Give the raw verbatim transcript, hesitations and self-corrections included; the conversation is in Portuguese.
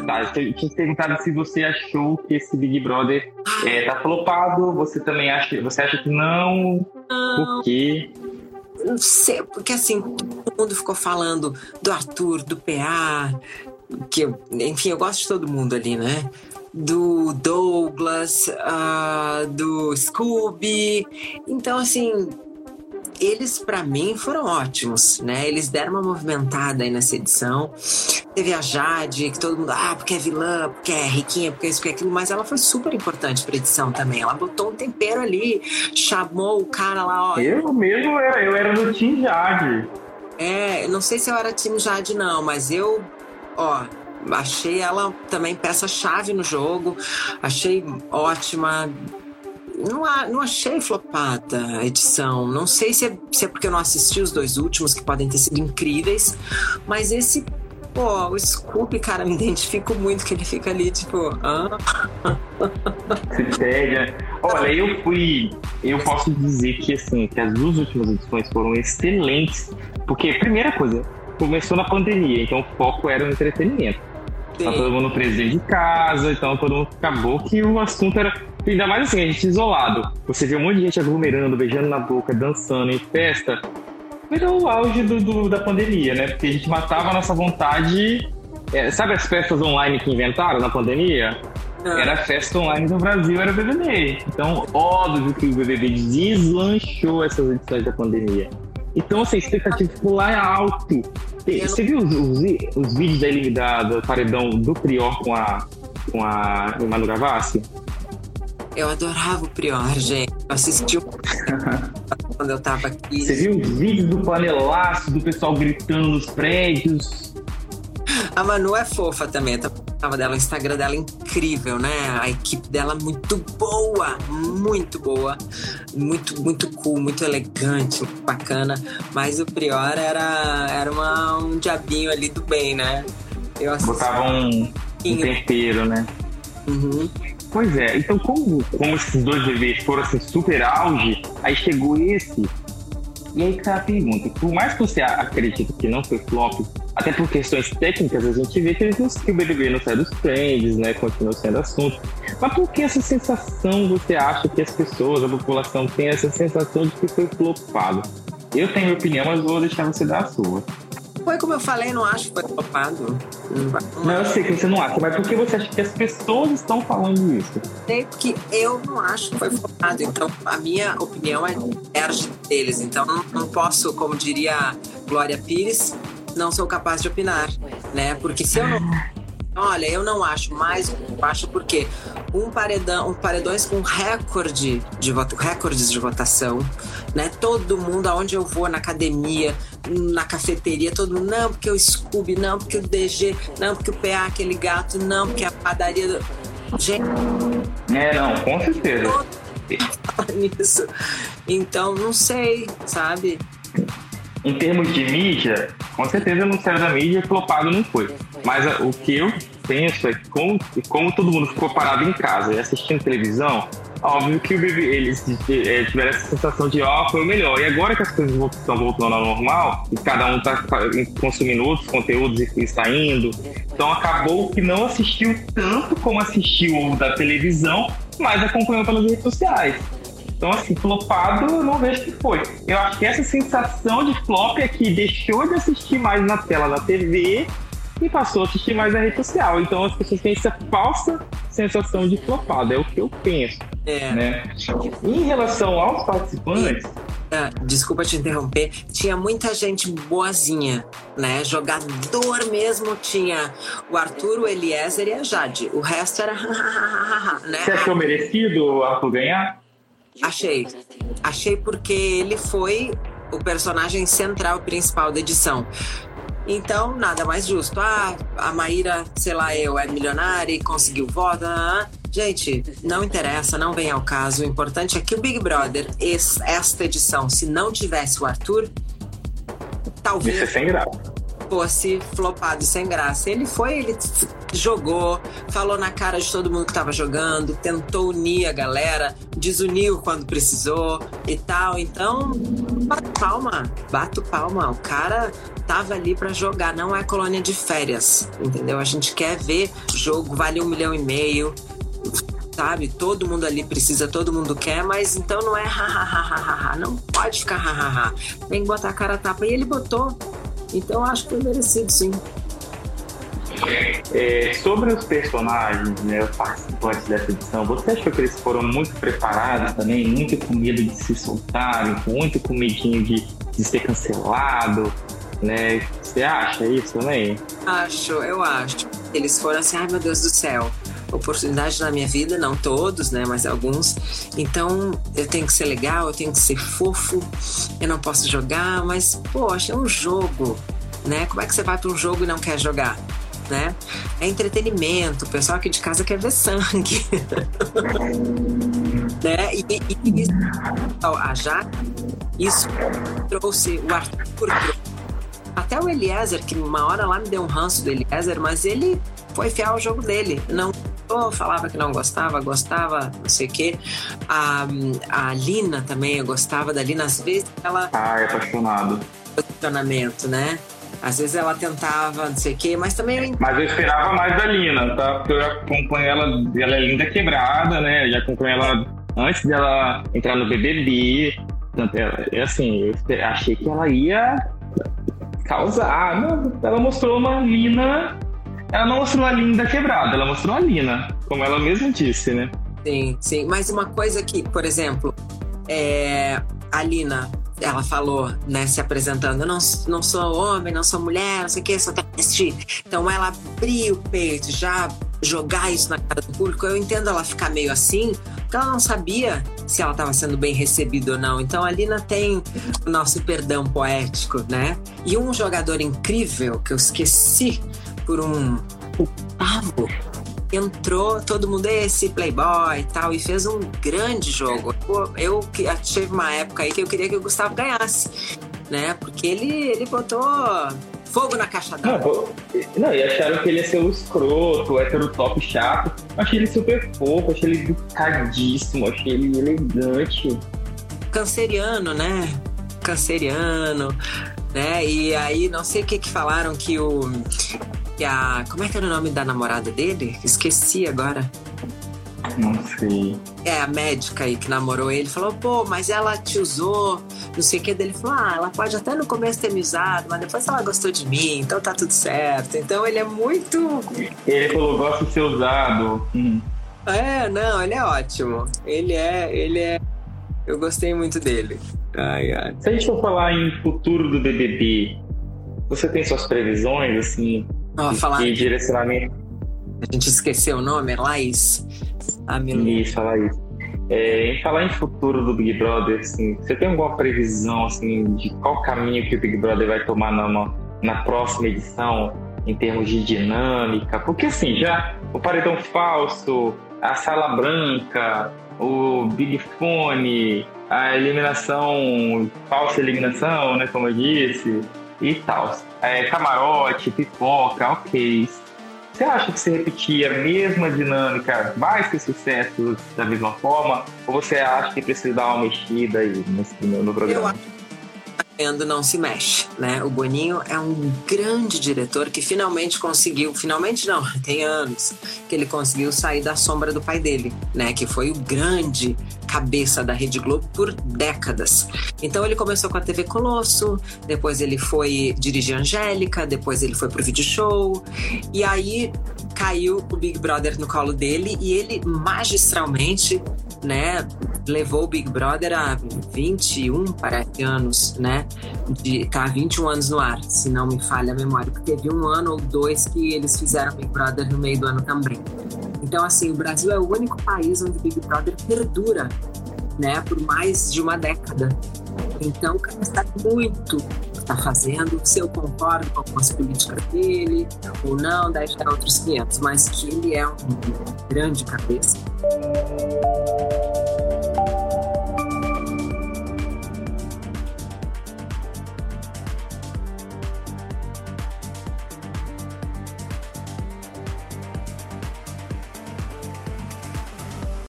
Tá, eu tinha te perguntado se você achou que esse Big Brother é, tá flopado, você também acha, você acha que não? Por quê? Não sei, porque assim, todo mundo ficou falando do Arthur, do P A, que eu, enfim, eu gosto de todo mundo ali, né? Do Douglas, uh, do Scooby. Então, assim, eles pra mim foram ótimos, né? Eles deram uma movimentada aí nessa edição. Teve a Jade, que todo mundo, ah, porque é vilã, porque é riquinha, porque é isso, porque é aquilo, mas ela foi super importante pra edição também. Ela botou um tempero ali, chamou o cara lá, ó. Eu mesmo, eu, eu era do Team Jade. É, eu não sei se eu era Team Jade, não, mas eu, ó, achei ela também peça-chave no jogo, achei ótima. Não, não achei flopada a edição. Não sei se é, se é porque eu não assisti os dois últimos, que podem ter sido incríveis, mas esse, pô, o Scooby, cara, me identifico muito que ele fica ali, tipo, ah. Se pega. Olha, eu fui. Eu posso dizer que, assim, que as duas últimas edições foram excelentes, porque, primeira coisa, começou na pandemia, então o foco era no entretenimento. Tá todo mundo preso dentro de casa, então todo mundo acabou que o assunto era. Ainda mais assim, a gente isolado. Você vê um monte de gente aglomerando, beijando na boca, dançando em festa. Era o auge do, do, da pandemia, né? Porque a gente matava a nossa vontade. É, sabe as festas online que inventaram na pandemia? Ah. Era a festa online no Brasil, era o B B B. Então, óbvio que o B B B deslanchou essas edições da pandemia. Então, assim, a expectativa ficou lá alto. Você viu os, os, os vídeos da, do paredão do Prior com a, com a Manu Gavassi? Eu adorava o Prior, gente. Eu assisti o... quando eu tava aqui. Você viu os vídeos do panelaço, do pessoal gritando nos prédios? A Manu é fofa também. Tava dela, o Instagram dela é incrível, né? A equipe dela é muito boa, muito boa. Muito, muito cool, muito elegante, muito bacana. Mas o Prior era, era uma, um diabinho ali do bem, né? Eu assisti... Botava um, um tempero, né? Uhum. Pois é, então como, como esses dois bebês foram assim super auge, aí chegou esse, e aí tá a pergunta, por mais que você acredite que não foi flop, até por questões técnicas a gente vê que, eles não, que o B B B não sai dos trends, né, continua sendo assunto, mas por que essa sensação você acha que as pessoas, a população tem essa sensação de que foi flopado? Eu tenho minha opinião, mas vou deixar você dar a sua. Foi como eu falei, não acho que foi flopado. Não, não, eu sei que você não acha, mas por que você acha que as pessoas estão falando isso? Sei porque eu não acho que foi flopado, então a minha opinião é diverge deles, então não, não posso, como diria Glória Pires, não sou capaz de opinar, né? Porque se eu não... Olha, eu não acho mais, eu acho porque um paredão, um paredões com recorde de voto, recordes de votação, né? Todo mundo, aonde eu vou, na academia, na cafeteria, todo mundo, não, porque o Scooby, não, porque o D G, não, porque o P A, aquele gato, não, porque a padaria do... Gente... É, não, com certeza. Nisso. Então, não sei, sabe? Em termos de mídia, com certeza não saiu da mídia, flopado não foi. Mas o que eu penso é que como, como todo mundo ficou parado em casa e assistindo televisão, óbvio que o B B, eles é, tiveram essa sensação de, ó, oh, foi o melhor. E agora que as coisas estão voltando ao normal, e cada um está consumindo outros conteúdos e, e saindo, então acabou que não assistiu tanto como assistiu o da televisão, mas acompanhou pelas redes sociais. Então, assim, flopado eu não vejo que foi. Eu acho que essa sensação de flop é que deixou de assistir mais na tela da T V e passou a assistir mais na rede social. Então, as pessoas têm essa falsa sensação de flopado. É o que eu penso. É. Né? Em relação aos participantes... Ah, desculpa te interromper. Tinha muita gente boazinha, né? Jogador mesmo tinha o Arthur, o Eliezer e a Jade. O resto era... né? Você achou merecido o Arthur ganhar? Achei. Achei porque ele foi o personagem central, principal da edição. Então, nada mais justo. Ah, a Maíra, sei lá, eu, é milionária e conseguiu voto. Ah, gente, não interessa, não vem ao caso. O importante é que o Big Brother, esse, esta edição, se não tivesse o Arthur, talvez... Isso é sem graça. Fosse flopado sem graça. Ele foi, ele jogou, falou na cara de todo mundo que tava jogando, tentou unir a galera, desuniu quando precisou e tal. Então, bato palma, bato palma. O cara tava ali para jogar, não é colônia de férias, entendeu? A gente quer ver jogo, vale um milhão e meio, sabe? Todo mundo ali precisa, todo mundo quer, mas então não é ha, ha, ha, ha, ha, não pode ficar ha, ha, ha. Tem que botar a cara a tapa. E ele botou, então acho que foi merecido, sim. É, sobre os personagens, né, os participantes dessa edição, você achou que eles foram muito preparados também, muito com medo de se soltarem, muito com medinho de, de ser cancelado, né? Você acha isso também? Acho, eu acho. Eles foram assim, ai meu Deus do céu, oportunidade na minha vida, não todos, né, mas alguns. Então eu tenho que ser legal, eu tenho que ser fofo, eu não posso jogar, mas poxa, é um jogo, né? Como é que você vai para um jogo e não quer jogar? Né? É entretenimento, o pessoal aqui de casa quer ver sangue. Né? E, e, e a Jaque, isso trouxe o Arthur, até o Eliezer, que uma hora lá me deu um ranço do Eliezer, mas ele foi fiel ao jogo dele. Não falava que não gostava, gostava, não sei o quê. A, a Lina também, eu gostava da Lina, às vezes ela... Ah, é apaixonado. Posicionamento, né? Às vezes ela tentava, não sei o quê, mas também... Eu... Mas eu esperava mais da Lina, tá? Porque eu acompanho ela, ela é linda quebrada, né? Eu já acompanho ela antes dela entrar no B B B. Portanto, é assim, eu achei que ela ia causar. Não, ela mostrou uma Lina... Ela não mostrou a linda quebrada, ela mostrou a Lina, como ela mesma disse, né? Sim, sim. Mas uma coisa que, por exemplo, é... a Lina... Ela falou, né, se apresentando, eu não, não sou homem, não sou mulher, não sei o que, sou travesti. Então ela abrir o peito, já jogar isso na cara do público, eu entendo ela ficar meio assim, porque ela não sabia se ela estava sendo bem recebida ou não. Então a Lina tem o nosso perdão poético, né? E um jogador incrível, que eu esqueci por um Gustavo, entrou, todo mundo, esse playboy e tal, e fez um grande jogo. Eu que tive uma época aí que eu queria que o Gustavo ganhasse, né? Porque ele, ele botou fogo na caixa d'água. Não, não, e acharam que ele ia ser o escroto, o hétero top chato. Achei ele super fofo, achei ele educadíssimo, achei ele elegante. Canceriano, né? Canceriano, né? E aí, não sei o que que falaram que o... A, como é que era o nome da namorada dele? Esqueci agora. Não sei. É, a médica aí que namorou ele. Falou, pô, mas ela te usou, não sei o que. Dele falou, ah, ela pode até no começo ter me usado, mas depois ela gostou de mim, então tá tudo certo. Então ele é muito... Ele falou, gosto de ser usado. Hum. É, não, ele é ótimo. Ele é, ele é... Eu gostei muito dele. Ai, ai. Se a gente for falar em futuro do B B B, você tem suas previsões, assim... Oh, falar... E direcionamento. A gente esqueceu o nome, é Laís. Ah, meu Isso, a Laís. É, em falar em futuro do Big Brother, assim, você tem alguma previsão assim, de qual caminho que o Big Brother vai tomar na, na próxima edição, em termos de dinâmica? Porque assim, já o paredão falso, a sala branca, o Big Fone, a eliminação, falsa eliminação, né, como eu disse, e tal. É, camarote, pipoca, ok. Você acha que se repetir a mesma dinâmica vai ser sucesso da mesma forma? Ou você acha que precisa dar uma mexida aí no, no programa? Eu acho que não se mexe, né? O Boninho é um grande diretor que finalmente conseguiu, finalmente não, tem anos que ele conseguiu sair da sombra do pai dele, né? Que foi o grande cabeça da Rede Globo por décadas. Então ele começou com a T V Colosso, depois ele foi dirigir Angélica, depois ele foi pro Video Show, e aí caiu o Big Brother no colo dele e ele magistralmente, né, levou o Big Brother a vinte e um, parece, anos, né, de, tá vinte e um anos no ar, se não me falha a memória, porque teve um ano ou dois que eles fizeram Big Brother no meio do ano também. Então, assim, o Brasil é o único país onde o Big Brother perdura, né, por mais de uma década. Então, o cara está muito está fazendo, se eu concordo com algumas políticas dele ou não, daí já é outros quinhentos, mas que ele é um grande cabeça.